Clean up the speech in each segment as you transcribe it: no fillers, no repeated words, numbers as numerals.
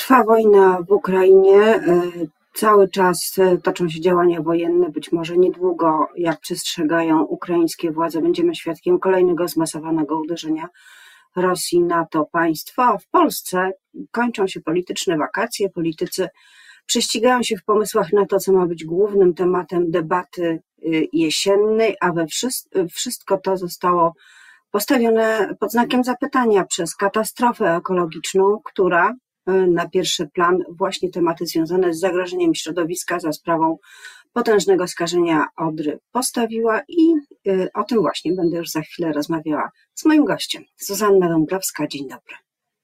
Trwa wojna w Ukrainie. Cały czas toczą się działania wojenne. Być może niedługo, jak przestrzegają ukraińskie władze, będziemy świadkiem kolejnego zmasowanego uderzenia Rosji na to państwo. A w Polsce kończą się polityczne wakacje. Politycy prześcigają się w pomysłach na to, co ma być głównym tematem debaty jesiennej, a wszystko to zostało postawione pod znakiem zapytania przez katastrofę ekologiczną, która na pierwszy plan właśnie tematy związane z zagrożeniem środowiska za sprawą potężnego skażenia Odry postawiła i o tym właśnie będę już za chwilę rozmawiała z moim gościem. Zuzanna Dąbrowska, dzień dobry.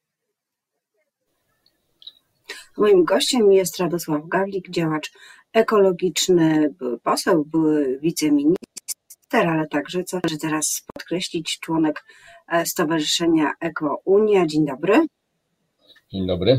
Moim gościem jest Radosław Gawlik, działacz ekologiczny, były poseł, były wiceminister, ale także, co należy teraz podkreślić, członek Stowarzyszenia Eko-Unia. Dzień dobry. Dzień dobry.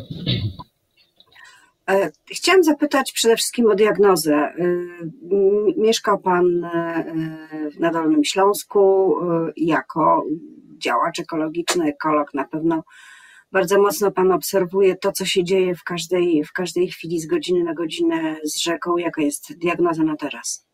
Chciałam zapytać przede wszystkim o diagnozę. Mieszkał Pan na Dolnym Śląsku jako działacz ekologiczny, ekolog. Na pewno bardzo mocno Pan obserwuje to, co się dzieje w każdej chwili z godziny na godzinę z rzeką. Jaka jest diagnoza na teraz?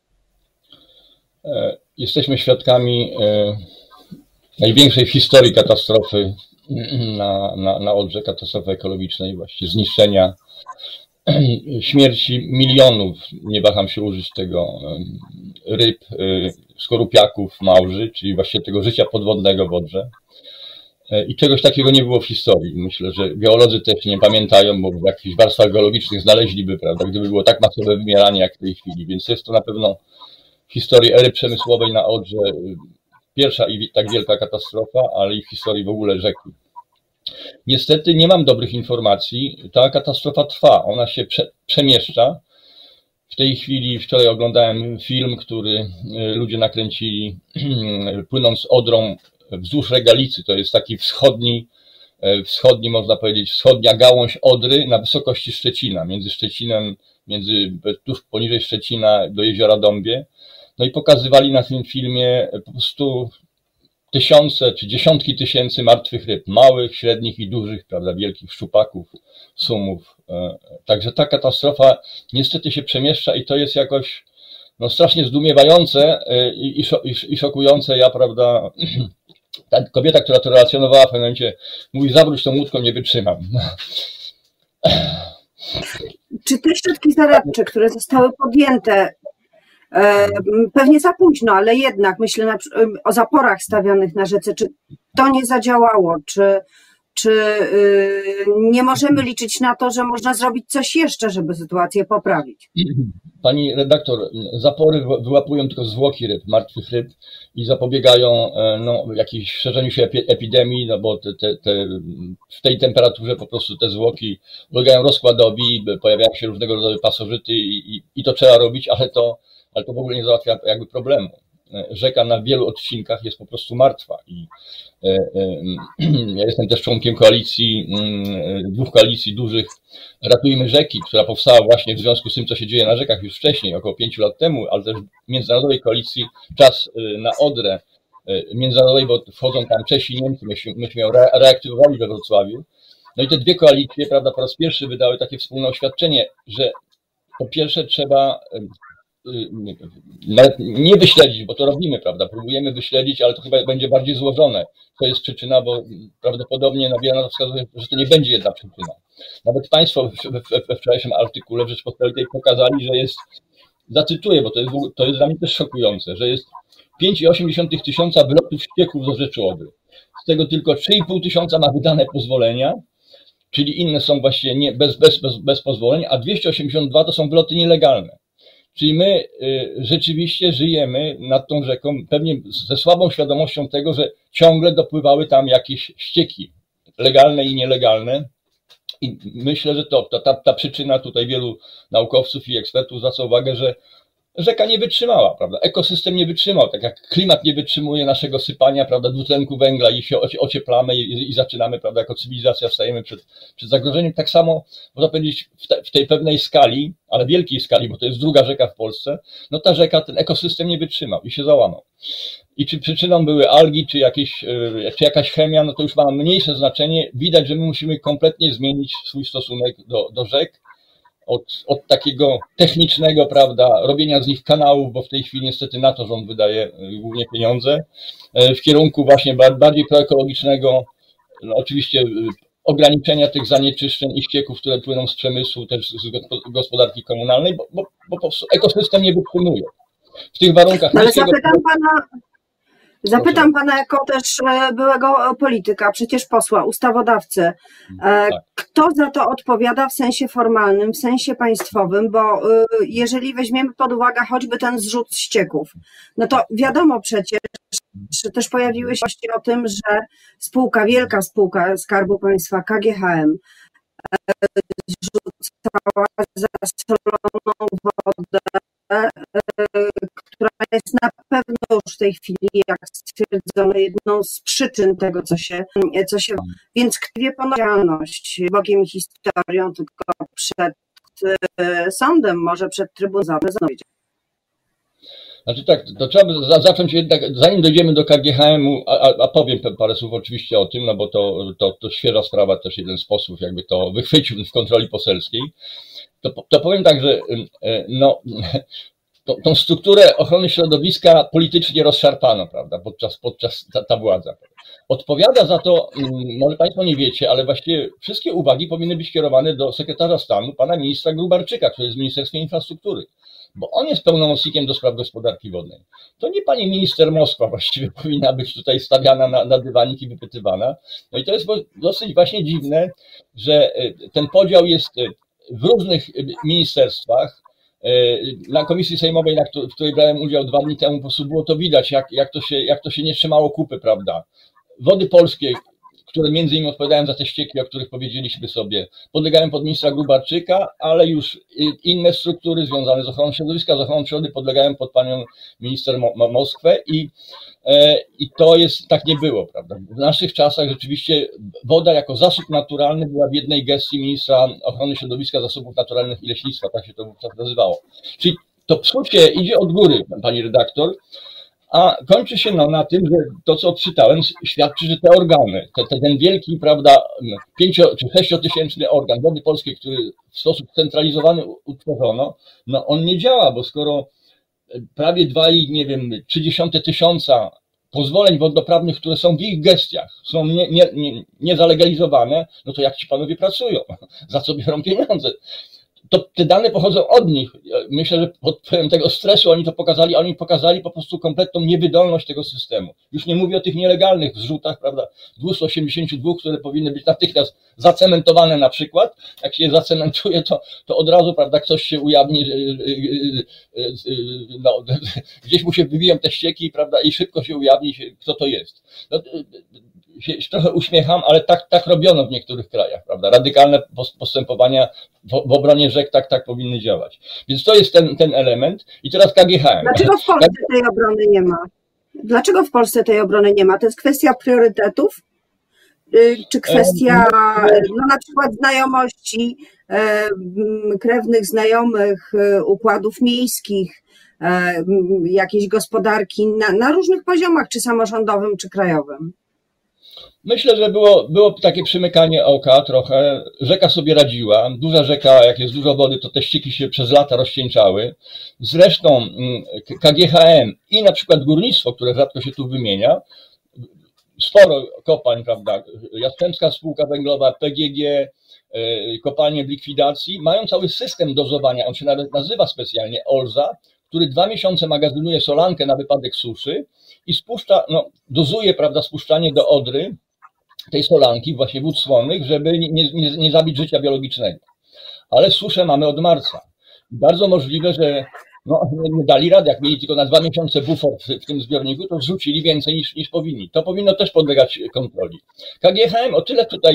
Jesteśmy świadkami największej w historii katastrofy na Odrze, katastrofy ekologicznej, właściwie zniszczenia, śmierci milionów, nie waham się użyć tego, ryb, skorupiaków, małży, czyli właściwie tego życia podwodnego w Odrze. I czegoś takiego nie było w historii. Myślę, że geolodzy też nie pamiętają, bo w jakichś warstwach geologicznych znaleźliby, prawda, gdyby było tak masowe wymieranie jak w tej chwili. Więc jest to na pewno w historii ery przemysłowej na Odrze pierwsza i tak wielka katastrofa, ale i w historii w ogóle rzeki. Niestety nie mam dobrych informacji. Ta katastrofa trwa, ona się przemieszcza. W tej chwili, wczoraj oglądałem film, który ludzie nakręcili płynąc Odrą wzdłuż Regalicy. To jest taki wschodni, można powiedzieć, wschodnia gałąź Odry na wysokości Szczecina, między Szczecinem, tuż poniżej Szczecina do jeziora Dąbie. No i pokazywali na tym filmie po prostu tysiące czy dziesiątki tysięcy martwych ryb, małych, średnich i dużych, prawda, wielkich szczupaków, sumów. Także ta katastrofa niestety się przemieszcza i to jest jakoś no, strasznie zdumiewające i szokujące. Ja, prawda, ta kobieta, która to relacjonowała w pewnym momencie, mówi: zawróć tą łódką, nie wytrzymam. Czy te środki zaradcze, które zostały podjęte, pewnie za późno, ale jednak myślę o zaporach stawionych na rzece, czy to nie zadziałało, czy nie możemy liczyć na to, że można zrobić coś jeszcze, żeby sytuację poprawić? Pani redaktor, zapory wyłapują tylko zwłoki ryb, martwych ryb i zapobiegają jakimś szerzeniu się epidemii, no bo w tej temperaturze po prostu te zwłoki ulegają rozkładowi, pojawiają się różnego rodzaju pasożyty i to trzeba robić, ale to w ogóle nie załatwia jakby problemu. Rzeka na wielu odcinkach jest po prostu martwa i ja jestem też członkiem dwóch koalicji dużych Ratujmy Rzeki, która powstała właśnie w związku z tym, co się dzieje na rzekach już wcześniej, około 5 lat temu, ale też międzynarodowej koalicji Czas na Odrę, międzynarodowej, bo wchodzą tam Czesi i Niemcy, myśmy ją reaktywowali we Wrocławiu. No i te dwie koalicje, prawda, po raz pierwszy wydały takie wspólne oświadczenie, że po pierwsze trzeba nawet nie wyśledzić, bo to robimy, prawda, próbujemy wyśledzić, ale to chyba będzie bardziej złożone. To jest przyczyna, bo prawdopodobnie wiele na to wskazuje, że to nie będzie jedna przyczyna. Nawet Państwo we wczorajszym artykule w Rzeczpospolitej pokazali, że jest, zacytuję, bo to jest dla mnie też szokujące, że jest 5,8 tysiąca wylotów ścieków do rzeczy Odry. Z tego tylko 3,5 tysiąca ma wydane pozwolenia, czyli inne są właściwie bez pozwoleń, a 282 to są wyloty nielegalne. Czyli my rzeczywiście żyjemy nad tą rzeką pewnie ze słabą świadomością tego, że ciągle dopływały tam jakieś ścieki legalne i nielegalne. I myślę, że ta przyczyna, tutaj wielu naukowców i ekspertów zwraca uwagę, że rzeka nie wytrzymała, prawda? Ekosystem nie wytrzymał, tak jak klimat nie wytrzymuje naszego sypania, prawda, dwutlenku węgla i się ocieplamy i zaczynamy, prawda, jako cywilizacja stajemy przed zagrożeniem. Tak samo można powiedzieć w tej pewnej skali, ale wielkiej skali, bo to jest druga rzeka w Polsce, no ta rzeka, ten ekosystem nie wytrzymał i się załamał. I czy przyczyną były algi, czy jakaś chemia, no to już ma mniejsze znaczenie. Widać, że my musimy kompletnie zmienić swój stosunek do rzek. Od takiego technicznego, prawda, robienia z nich kanałów, bo w tej chwili niestety na to rząd wydaje głównie pieniądze, w kierunku właśnie bardziej proekologicznego, no oczywiście ograniczenia tych zanieczyszczeń i ścieków, które płyną z przemysłu, też z gospodarki komunalnej, bo po prostu ekosystem nie wytrzymuje. W tych warunkach... No ale zapytam pana jako też byłego polityka, przecież posła, ustawodawcy. Kto za to odpowiada w sensie formalnym, w sensie państwowym, bo jeżeli weźmiemy pod uwagę choćby ten zrzut ścieków, no to wiadomo przecież, że też pojawiły się o tym, że wielka spółka Skarbu Państwa, KGHM, zrzucała zasoloną wodę, która jest na pewno już w tej chwili, jak stwierdzono, jedną z przyczyn tego, co się więc wie odpowiedzialność bogiem i historią, tylko przed sądem, może przed Trybunałem. Znaczy tak, to trzeba zacząć jednak, zanim dojdziemy do KGHM-u, a powiem parę słów oczywiście o tym, no bo to świeża sprawa, też jeden z posłów jakby to wychwycił w kontroli poselskiej, to powiem tak, że no, tą strukturę ochrony środowiska politycznie rozszarpano, prawda, podczas ta władza. Odpowiada za to, może Państwo nie wiecie, ale właściwie wszystkie uwagi powinny być kierowane do sekretarza stanu, pana ministra Grubarczyka, który jest w Ministerstwie Infrastruktury, bo on jest pełnomocnikiem do spraw gospodarki wodnej. To nie pani minister Moskwa właściwie powinna być tutaj stawiana na dywanik i wypytywana. No i to jest dosyć właśnie dziwne, że ten podział jest w różnych ministerstwach. Na komisji sejmowej, w której brałem udział 2 dni temu, po prostu było to widać, jak to się nie trzymało kupy, prawda. Wody Polskie, które między innymi odpowiadają za te ścieki, o których powiedzieliśmy sobie, podlegają pod ministra Grubarczyka, ale już inne struktury związane z ochroną środowiska, z ochroną przyrody podlegają pod panią minister Moskwę i to jest, tak nie było, prawda. W naszych czasach rzeczywiście woda jako zasób naturalny była w jednej gestii ministra ochrony środowiska, zasobów naturalnych i leśnictwa, tak się to wówczas nazywało. Czyli to psucie idzie od góry, pani redaktor, a kończy się na tym, że to, co odczytałem, świadczy, że te organy, ten wielki, prawda, 5 czy 6-tysięczny organ Wody Polskiej, który w sposób centralizowany utworzono, no on nie działa, bo skoro prawie 2,3 tysiąca pozwoleń wodnoprawnych, które są w ich gestiach, są niezalegalizowane, no to jak ci panowie pracują? Za co biorą pieniądze? To te dane pochodzą od nich. Myślę, że pod wpływem tego stresu oni to pokazali, a oni pokazali po prostu kompletną niewydolność tego systemu. Już nie mówię o tych nielegalnych zrzutach, prawda, 282, które powinny być natychmiast zacementowane na przykład. Jak się je zacementuje, to od razu, prawda, ktoś się ujawni, no, gdzieś mu się wywiją te ścieki, prawda, i szybko się ujawni, kto to jest. No, się trochę uśmiecham, ale tak robiono w niektórych krajach, prawda? Radykalne postępowania w obronie rzek tak powinny działać. Więc to jest ten element. I teraz KGHM. Dlaczego w Polsce tej obrony nie ma? Dlaczego w Polsce tej obrony nie ma? To jest kwestia priorytetów? Czy kwestia na przykład znajomości, krewnych znajomych, układów miejskich, jakiejś gospodarki na różnych poziomach, czy samorządowym, czy krajowym? Myślę, że było takie przymykanie oka trochę. Rzeka sobie radziła. Duża rzeka, jak jest dużo wody, to te ścieki się przez lata rozcieńczały. Zresztą KGHM i na przykład górnictwo, które rzadko się tu wymienia, sporo kopalń, prawda, Jastrzębska Spółka Węglowa, PGG, kopalnie w likwidacji, mają cały system dozowania, on się nawet nazywa specjalnie OLZA, który 2 miesiące magazynuje solankę na wypadek suszy i spuszcza, no, dozuje, prawda, spuszczanie do Odry tej solanki, właśnie wód słonnych, żeby nie zabić życia biologicznego. Ale suszę mamy od marca. Bardzo możliwe, że no, nie dali rady, jak mieli tylko na 2 miesiące bufor w tym zbiorniku, to zrzucili więcej niż powinni. To powinno też podlegać kontroli. KGHM o tyle tutaj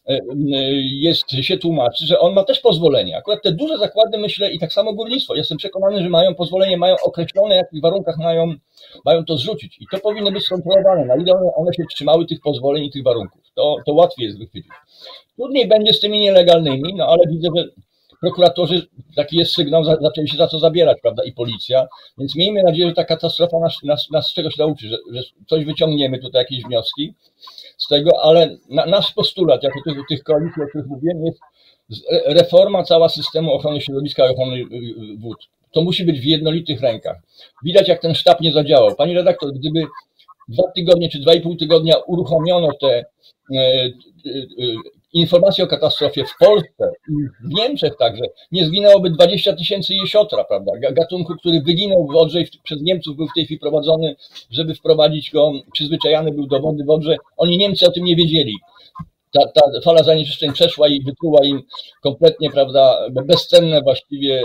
się tłumaczy, że on ma też pozwolenie. Akurat te duże zakłady, myślę, i tak samo górnictwo, jestem przekonany, że mają pozwolenie, mają określone, w jakich warunkach mają to zrzucić. I to powinno być skontrolowane, na ile one się trzymały tych pozwoleń i tych warunków. To łatwiej jest wychwycić. Trudniej będzie z tymi nielegalnymi, no ale widzę, że prokuratorzy, taki jest sygnał, zaczęli się za to zabierać, prawda, i policja, więc miejmy nadzieję, że ta katastrofa nas czegoś nauczy, że coś wyciągniemy tutaj, jakieś wnioski z tego, ale nasz postulat, jako tych koalicji, o których mówiłem, jest reforma cała systemu ochrony środowiska i ochrony wód. To musi być w jednolitych rękach. Widać, jak ten sztab nie zadziałał. Pani redaktor, gdyby 2 tygodnie czy 2,5 tygodnia uruchomiono te informacje o katastrofie w Polsce i w Niemczech także, nie zginęłoby 20 000 jesiotra, prawda? Gatunku, który wyginął w Odrze i przez Niemców był w tej chwili prowadzony, żeby wprowadzić go, przyzwyczajany był do wody w Odrze. Oni Niemcy o tym nie wiedzieli. Ta fala zanieczyszczeń przeszła i wytruła im kompletnie, prawda, bezcenne właściwie,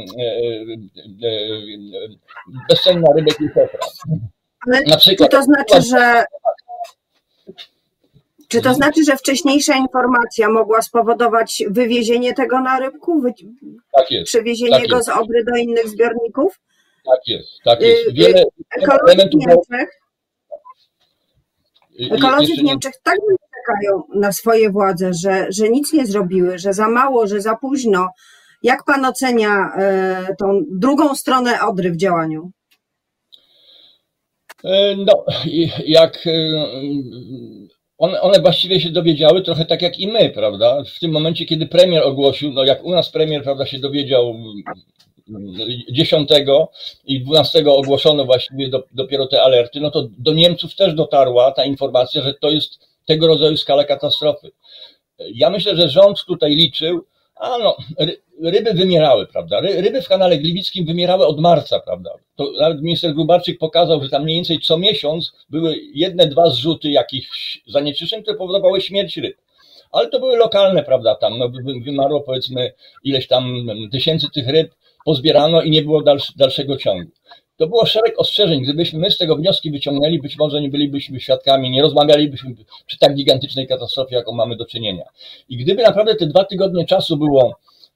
bezcenna rybek jesiotra. Ale na przykład, czy to znaczy, że wcześniejsza informacja mogła spowodować wywiezienie tego narybku? Tak jest. Przewiezienie go z Odry do innych zbiorników? Tak jest, tak jest. Ekolodzy w Niemczech tak czekają na swoje władze, że nic nie zrobiły, że za mało, że za późno. Jak pan ocenia tą drugą stronę Odry w działaniu? No, jak one właściwie się dowiedziały trochę tak jak i my, prawda? W tym momencie, kiedy premier ogłosił, no jak u nas premier, prawda, się dowiedział 10 i 12 ogłoszono właściwie dopiero te alerty, no to do Niemców też dotarła ta informacja, że to jest tego rodzaju skala katastrofy. Ja myślę, że rząd tutaj liczył, ryby wymierały, prawda? Ryby w kanale Gliwickim wymierały od marca, prawda? To nawet minister Grubarczyk pokazał, że tam mniej więcej co miesiąc były 1-2 zrzuty jakichś zanieczyszczeń, które powodowały śmierć ryb. Ale to były lokalne, prawda? Tam wymarło powiedzmy ileś tam tysięcy tych ryb, pozbierano i nie było dalszego ciągu. To było szereg ostrzeżeń. Gdybyśmy my z tego wnioski wyciągnęli, być może nie bylibyśmy świadkami, nie rozmawialibyśmy przy tak gigantycznej katastrofie, jaką mamy do czynienia. I gdyby naprawdę te 2 tygodnie czasu było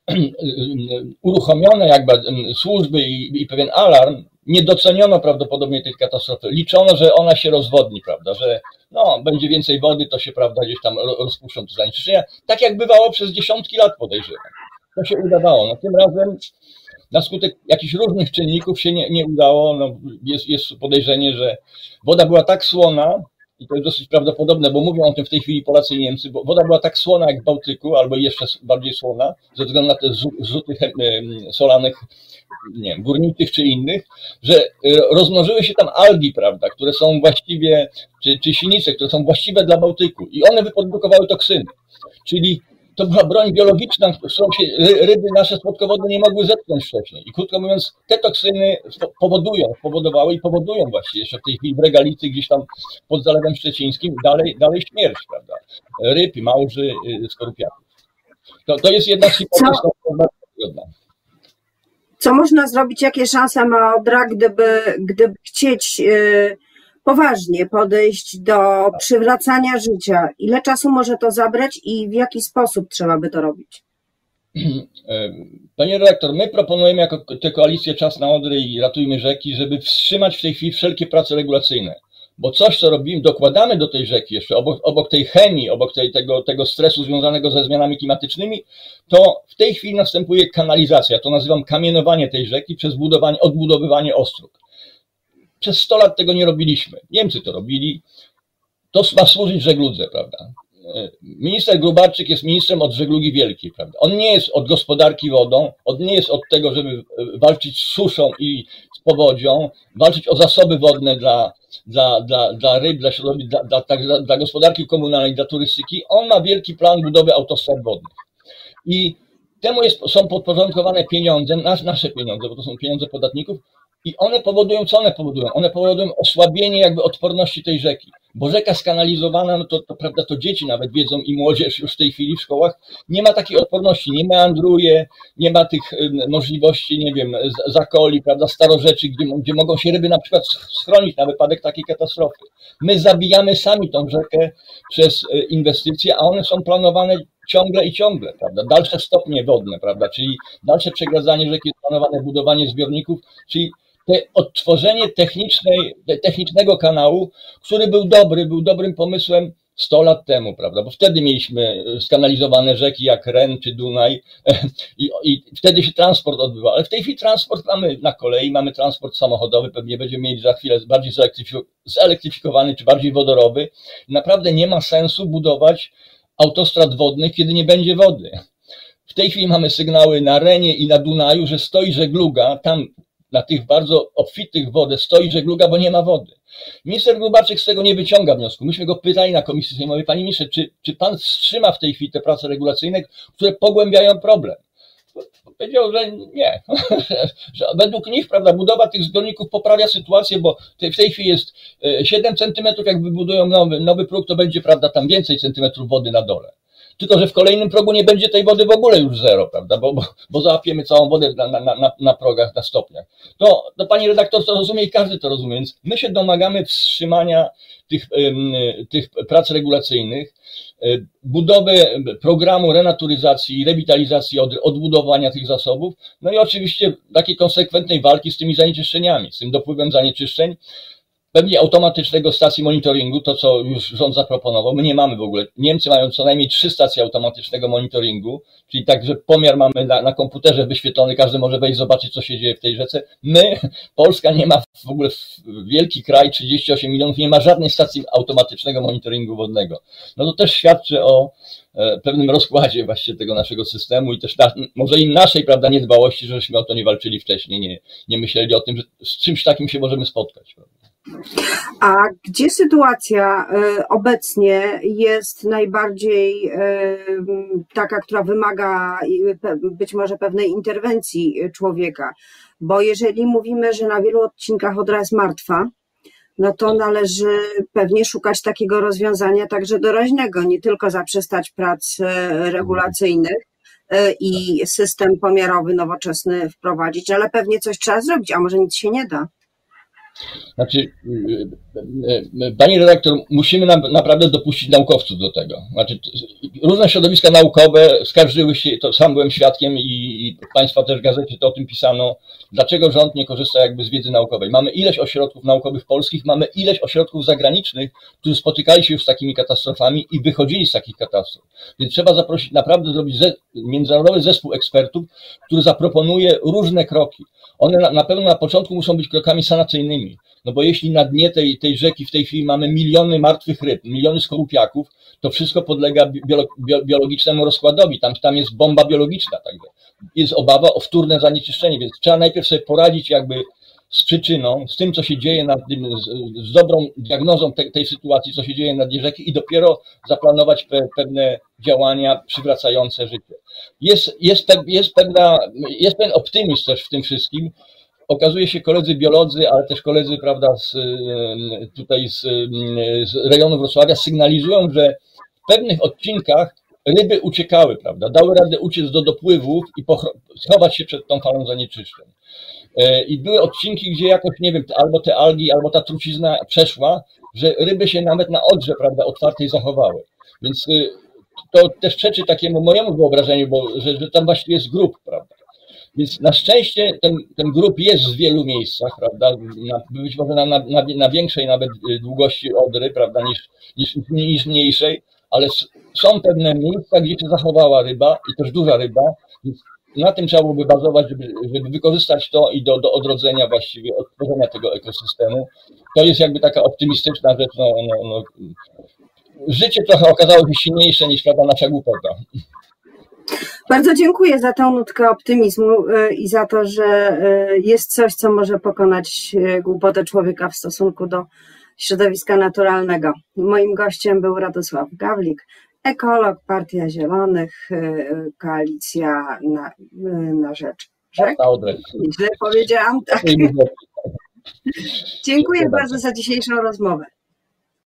uruchomione jakby służby i pewien alarm, nie doceniono prawdopodobnie tej katastrofy. Liczono, że ona się rozwodni, prawda, że będzie więcej wody, to się, prawda, gdzieś tam rozpuszczą te zanieczyszczenia. Tak jak bywało przez dziesiątki lat, podejrzewam. To się udawało. No, tym razem na skutek jakichś różnych czynników się nie udało. No, jest podejrzenie, że woda była tak słona, i to jest dosyć prawdopodobne, bo mówią o tym w tej chwili Polacy i Niemcy, bo woda była tak słona jak w Bałtyku, albo jeszcze bardziej słona, ze względu na te zrzuty solanych, nie wiem, górniczych czy innych, że rozmnożyły się tam algi, prawda, które są właściwie, czy sinice, które są właściwe dla Bałtyku i one wyprodukowały toksyny. Czyli to była broń biologiczna, którą się ryby nasze słodkowodne nie mogły zetknąć wcześniej. I krótko mówiąc, te toksyny powodowały i powodują właściwie jeszcze w tej chwili w Regalicy, gdzieś tam pod Zalewem Szczecińskim, dalej śmierć, prawda? Ryb, małży, skorupiaków. To jest jedna z hipotez, która jest bardzo trudna. Co można zrobić, jakie szanse ma Odra, gdyby chcieć poważnie podejść do przywracania życia? Ile czasu może to zabrać i w jaki sposób trzeba by to robić? Panie redaktor, my proponujemy jako tę koalicję Czas na Odrę i Ratujmy Rzeki, żeby wstrzymać w tej chwili wszelkie prace regulacyjne. Bo coś, co robimy, dokładamy do tej rzeki jeszcze, obok tej chemii, obok tego stresu związanego ze zmianami klimatycznymi, to w tej chwili następuje kanalizacja. To nazywam kamienowanie tej rzeki przez odbudowywanie ostróg. Przez 100 lat tego nie robiliśmy. Niemcy to robili. To ma służyć żegludze, prawda? Minister Grubarczyk jest ministrem od żeglugi wielkiej, prawda? On nie jest od gospodarki wodą, on nie jest od tego, żeby walczyć z suszą i z powodzią, walczyć o zasoby wodne dla ryb, dla środowiska, dla gospodarki komunalnej, dla turystyki. On ma wielki plan budowy autostrad wodnych. I temu są podporządkowane pieniądze, nasze pieniądze, bo to są pieniądze podatników, i one powodują, co one powodują? One powodują osłabienie jakby odporności tej rzeki. bo rzeka skanalizowana, no to prawda, to dzieci nawet wiedzą i młodzież już w tej chwili w szkołach nie ma takiej odporności, nie meandruje, nie ma tych możliwości, nie wiem, zakoli, prawda, starorzeczy, gdzie mogą się ryby na przykład schronić na wypadek takiej katastrofy. My zabijamy sami tą rzekę przez inwestycje, a one są planowane ciągle i ciągle, prawda, dalsze stopnie wodne, prawda, czyli dalsze przegradzanie rzeki, jest planowane budowanie zbiorników, czyli odtworzenie technicznego kanału, który był dobrym pomysłem 100 lat temu, prawda, bo wtedy mieliśmy skanalizowane rzeki jak Ren czy Dunaj i wtedy się transport odbywał, ale w tej chwili transport mamy na kolei, mamy transport samochodowy, pewnie będziemy mieli za chwilę bardziej zelektryfikowany czy bardziej wodorowy. Naprawdę nie ma sensu budować autostrad wodnych, kiedy nie będzie wody. W tej chwili mamy sygnały na Renie i na Dunaju, że stoi żegluga, tam na tych bardzo obfitych wodę stoi żegluga, bo nie ma wody. Minister Gróbarczyk z tego nie wyciąga wniosku. Myśmy go pytali na komisji sejmowej, panie ministrze, czy pan wstrzyma w tej chwili te prace regulacyjne, które pogłębiają problem? Powiedział, że nie, że według nich, prawda, budowa tych zbiorników poprawia sytuację, bo w tej chwili jest 7 centymetrów, jak wybudują nowy próg, to będzie, prawda, tam więcej centymetrów wody na dole. Tylko że w kolejnym progu nie będzie tej wody w ogóle już zero, prawda, bo załapiemy całą wodę na progach, na stopniach. To pani redaktor to rozumie i każdy to rozumie, więc my się domagamy wstrzymania tych prac regulacyjnych, budowy programu renaturyzacji i rewitalizacji odbudowania tych zasobów, no i oczywiście takiej konsekwentnej walki z tymi zanieczyszczeniami, z tym dopływem zanieczyszczeń. Pewnie automatycznego stacji monitoringu, to co już rząd zaproponował, my nie mamy w ogóle. Niemcy mają co najmniej 3 stacje automatycznego monitoringu, czyli tak, że pomiar mamy na komputerze wyświetlony, każdy może wejść zobaczyć, co się dzieje w tej rzece. My, Polska nie ma w ogóle, wielki kraj, 38 milionów, nie ma żadnej stacji automatycznego monitoringu wodnego. No to też świadczy o pewnym rozkładzie właśnie tego naszego systemu i też może i naszej, prawda, niedbałości, żeśmy o to nie walczyli wcześniej, nie myśleli o tym, że z czymś takim się możemy spotkać. Prawda? A gdzie sytuacja obecnie jest najbardziej taka, która wymaga być może pewnej interwencji człowieka? Bo jeżeli mówimy, że na wielu odcinkach Odra jest martwa, no to należy pewnie szukać takiego rozwiązania także doraźnego, nie tylko zaprzestać prac regulacyjnych i system pomiarowy nowoczesny wprowadzić, ale pewnie coś trzeba zrobić, a może nic się nie da. Znaczy, pani redaktor, musimy naprawdę dopuścić naukowców do tego. Znaczy, różne środowiska naukowe skarżyły się, to sam byłem świadkiem i państwa też w gazecie to o tym pisano, dlaczego rząd nie korzysta jakby z wiedzy naukowej. Mamy ileś ośrodków naukowych polskich, mamy ileś ośrodków zagranicznych, którzy spotykali się już z takimi katastrofami i wychodzili z takich katastrof. Więc trzeba zaprosić, naprawdę zrobić międzynarodowy zespół ekspertów, który zaproponuje różne kroki. One na pewno na początku muszą być krokami sanacyjnymi, no bo jeśli na dnie tej rzeki w tej chwili mamy miliony martwych ryb, miliony skorupiaków, to wszystko podlega biologicznemu rozkładowi, tam jest bomba biologiczna, także jest obawa o wtórne zanieczyszczenie, więc trzeba najpierw sobie poradzić jakby z przyczyną, z tym, co się dzieje z dobrą diagnozą tej sytuacji, co się dzieje na dnie rzeki i dopiero zaplanować pewne działania przywracające życie. Jest pewien optymizm też w tym wszystkim. Okazuje się, koledzy biolodzy, ale też koledzy, prawda, z rejonu Wrocławia sygnalizują, że w pewnych odcinkach ryby uciekały, prawda, dały radę uciec do dopływów i schować się przed tą falą zanieczyszczeń. I były odcinki, gdzie jakoś, nie wiem, albo te algi, albo ta trucizna przeszła, że ryby się nawet na Odrze, prawda, otwartej zachowały. Więc to też przeczy takiemu mojemu wyobrażeniu, że tam właściwie jest grób, prawda. Więc na szczęście ten grób jest w wielu miejscach, prawda, być może na większej nawet długości Odry, prawda, niż mniejszej, ale są pewne miejsca, gdzie się zachowała ryba i też duża ryba, więc na tym trzeba byłoby bazować, żeby wykorzystać to i do odrodzenia właściwie, odtworzenia tego ekosystemu. To jest jakby taka optymistyczna rzecz, życie trochę okazało się silniejsze niż, prawda, nasza głupota. Bardzo dziękuję za tę nutkę optymizmu i za to, że jest coś, co może pokonać głupotę człowieka w stosunku do środowiska naturalnego. Moim gościem był Radosław Gawlik, ekolog, Partia Zielonych, Koalicja na rzecz rzek. Źle powiedziałam, tak. Dziękuję bardzo za dzisiejszą rozmowę.